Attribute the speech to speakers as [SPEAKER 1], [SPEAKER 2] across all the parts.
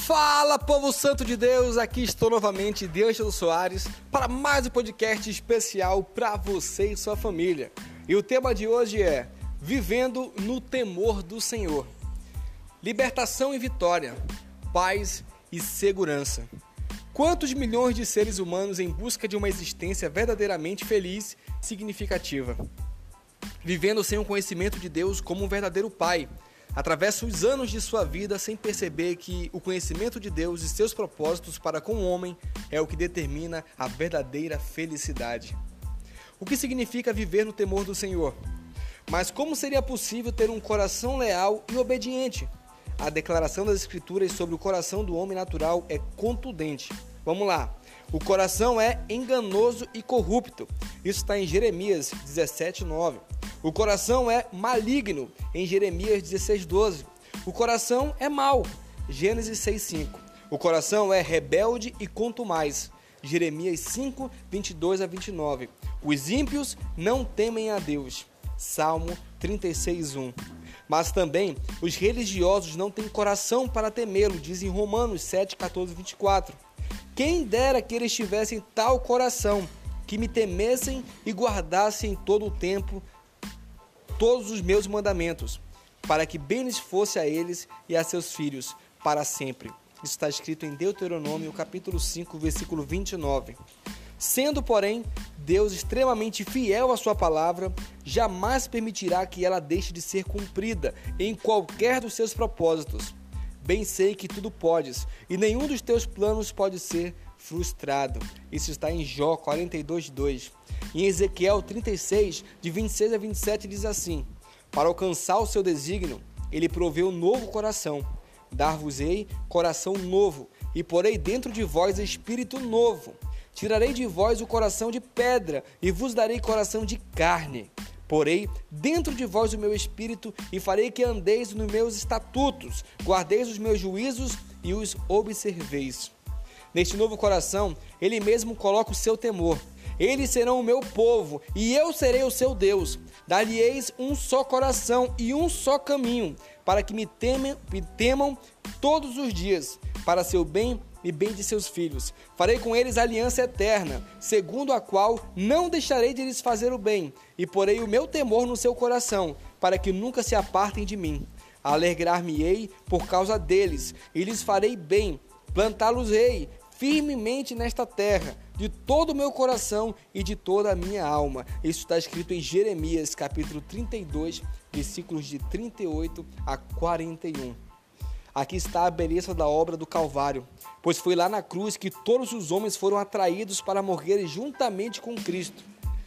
[SPEAKER 1] Fala, povo santo de Deus, aqui estou novamente, D'Angelo Soares, para mais um podcast especial para você e sua família. E o tema de hoje é Vivendo no Temor do Senhor. Libertação e vitória, paz e segurança. Quantos milhões de seres humanos em busca de uma existência verdadeiramente feliz e significativa? Vivendo sem o conhecimento de Deus como um verdadeiro Pai, atravessa os anos de sua vida sem perceber que o conhecimento de Deus e seus propósitos para com o homem é o que determina a verdadeira felicidade. O que significa viver no temor do Senhor? Mas como seria possível ter um coração leal e obediente? A declaração das Escrituras sobre o coração do homem natural é contundente. Vamos lá. O coração é enganoso e corrupto. Isso está em Jeremias 17:9. O coração é maligno, em Jeremias 16:12. O coração é mau, Gênesis 6:5. O coração é rebelde e contumaz, Jeremias 5:22-29. Os ímpios não temem a Deus, Salmo 36:1. Mas também os religiosos não têm coração para temê-lo, diz em Romanos 7:14-24. Quem dera que eles tivessem tal coração, que me temessem e guardassem em todo o tempo todos os meus mandamentos, para que bem lhes fosse a eles e a seus filhos para sempre. Isso está escrito em Deuteronômio, capítulo 5, versículo 29. Sendo, porém, Deus extremamente fiel à sua palavra, jamais permitirá que ela deixe de ser cumprida em qualquer dos seus propósitos. Bem sei que tudo podes, e nenhum dos teus planos pode ser frustrado. Isso está em Jó 42:2. Em Ezequiel 36, de 26 a 27, diz assim: para alcançar o seu desígnio, ele proveu um novo coração. Dar-vos-ei coração novo, e porei dentro de vós espírito novo. Tirarei de vós o coração de pedra, e vos darei coração de carne. Porei dentro de vós o meu espírito, e farei que andeis nos meus estatutos, guardeis os meus juízos e os observeis. Neste novo coração, ele mesmo coloca o seu temor. Eles serão o meu povo, e eu serei o seu Deus. Dar-lhe-eis um só coração e um só caminho, para que me temam todos os dias, para seu bem e bem de seus filhos. Farei com eles aliança eterna, segundo a qual não deixarei de lhes fazer o bem, e porei o meu temor no seu coração, para que nunca se apartem de mim. Alegrar-me-ei por causa deles, e lhes farei bem, plantá-los-ei firmemente nesta terra, de todo o meu coração e de toda a minha alma. Isso está escrito em Jeremias, capítulo 32, versículos de 38 a 41. Aqui está a beleza da obra do Calvário, pois foi lá na cruz que todos os homens foram atraídos para morrerem juntamente com Cristo.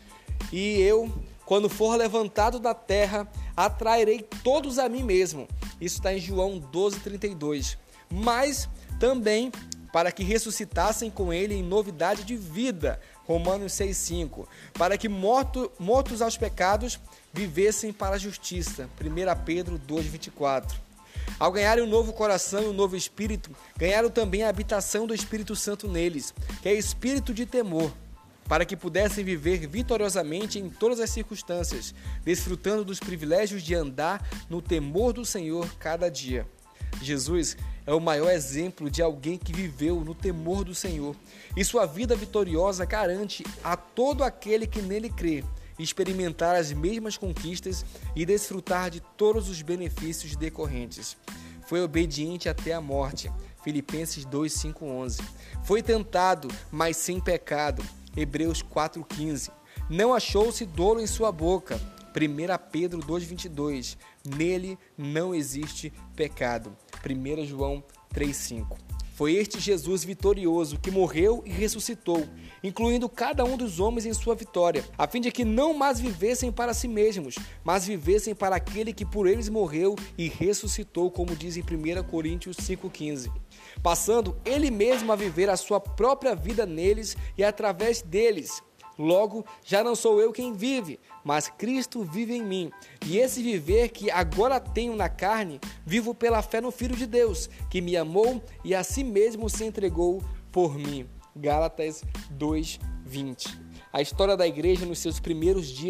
[SPEAKER 1] E eu, quando for levantado da terra, atrairei todos a mim mesmo. Isso está em João 12:32. Mas também para que ressuscitassem com ele em novidade de vida, Romanos 6:5, para que mortos aos pecados, vivessem para a justiça, 1 Pedro 2:24. Ao ganharem um novo coração e um novo espírito, ganharam também a habitação do Espírito Santo neles, que é espírito de temor, para que pudessem viver vitoriosamente em todas as circunstâncias, desfrutando dos privilégios de andar no temor do Senhor cada dia. Jesus é o maior exemplo de alguém que viveu no temor do Senhor, e sua vida vitoriosa garante a todo aquele que nele crê experimentar as mesmas conquistas e desfrutar de todos os benefícios decorrentes. Foi obediente até a morte, Filipenses 2:5-11. Foi tentado, mas sem pecado, Hebreus 4:15. Não achou-se dolo em sua boca, 1 Pedro 2:22, nele não existe pecado, 1 João 3:5. Foi este Jesus vitorioso que morreu e ressuscitou, incluindo cada um dos homens em sua vitória, a fim de que não mais vivessem para si mesmos, mas vivessem para aquele que por eles morreu e ressuscitou, como diz em 1 Coríntios 5:15. Passando ele mesmo a viver a sua própria vida neles e através deles. Logo, já não sou eu quem vive, mas Cristo vive em mim. E esse viver que agora tenho na carne, vivo pela fé no Filho de Deus, que me amou e a si mesmo se entregou por mim. Gálatas 2:20. A história da igreja nos seus primeiros dias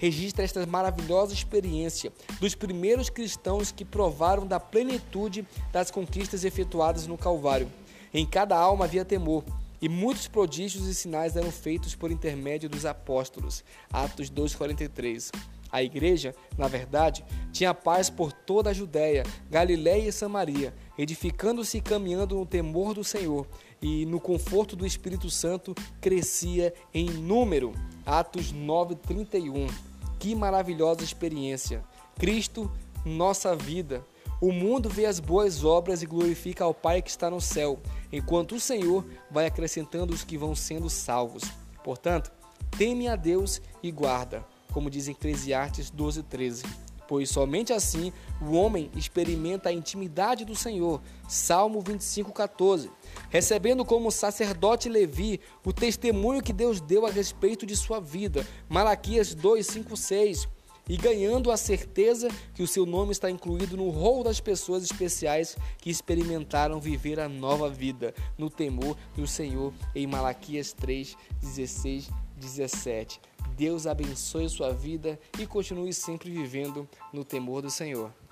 [SPEAKER 1] registra esta maravilhosa experiência dos primeiros cristãos que provaram da plenitude das conquistas efetuadas no Calvário. Em cada alma havia temor, e muitos prodígios e sinais eram feitos por intermédio dos apóstolos. Atos 2,43. A igreja, na verdade, tinha paz por toda a Judéia, Galiléia e Samaria, edificando-se e caminhando no temor do Senhor, e no conforto do Espírito Santo crescia em número. Atos 9,31. Que maravilhosa experiência! Cristo, nossa vida. O mundo vê as boas obras e glorifica ao Pai que está no céu, enquanto o Senhor vai acrescentando os que vão sendo salvos. Portanto, teme a Deus e guarda, como diz em Eclesiastes 12,13. Pois somente assim o homem experimenta a intimidade do Senhor. Salmo 25,14. Recebendo como sacerdote Levi o testemunho que Deus deu a respeito de sua vida. Malaquias 2,5,6. E ganhando a certeza que o seu nome está incluído no rol das pessoas especiais que experimentaram viver a nova vida no temor do Senhor, em Malaquias 3:16, 17. Deus abençoe sua vida e continue sempre vivendo no temor do Senhor.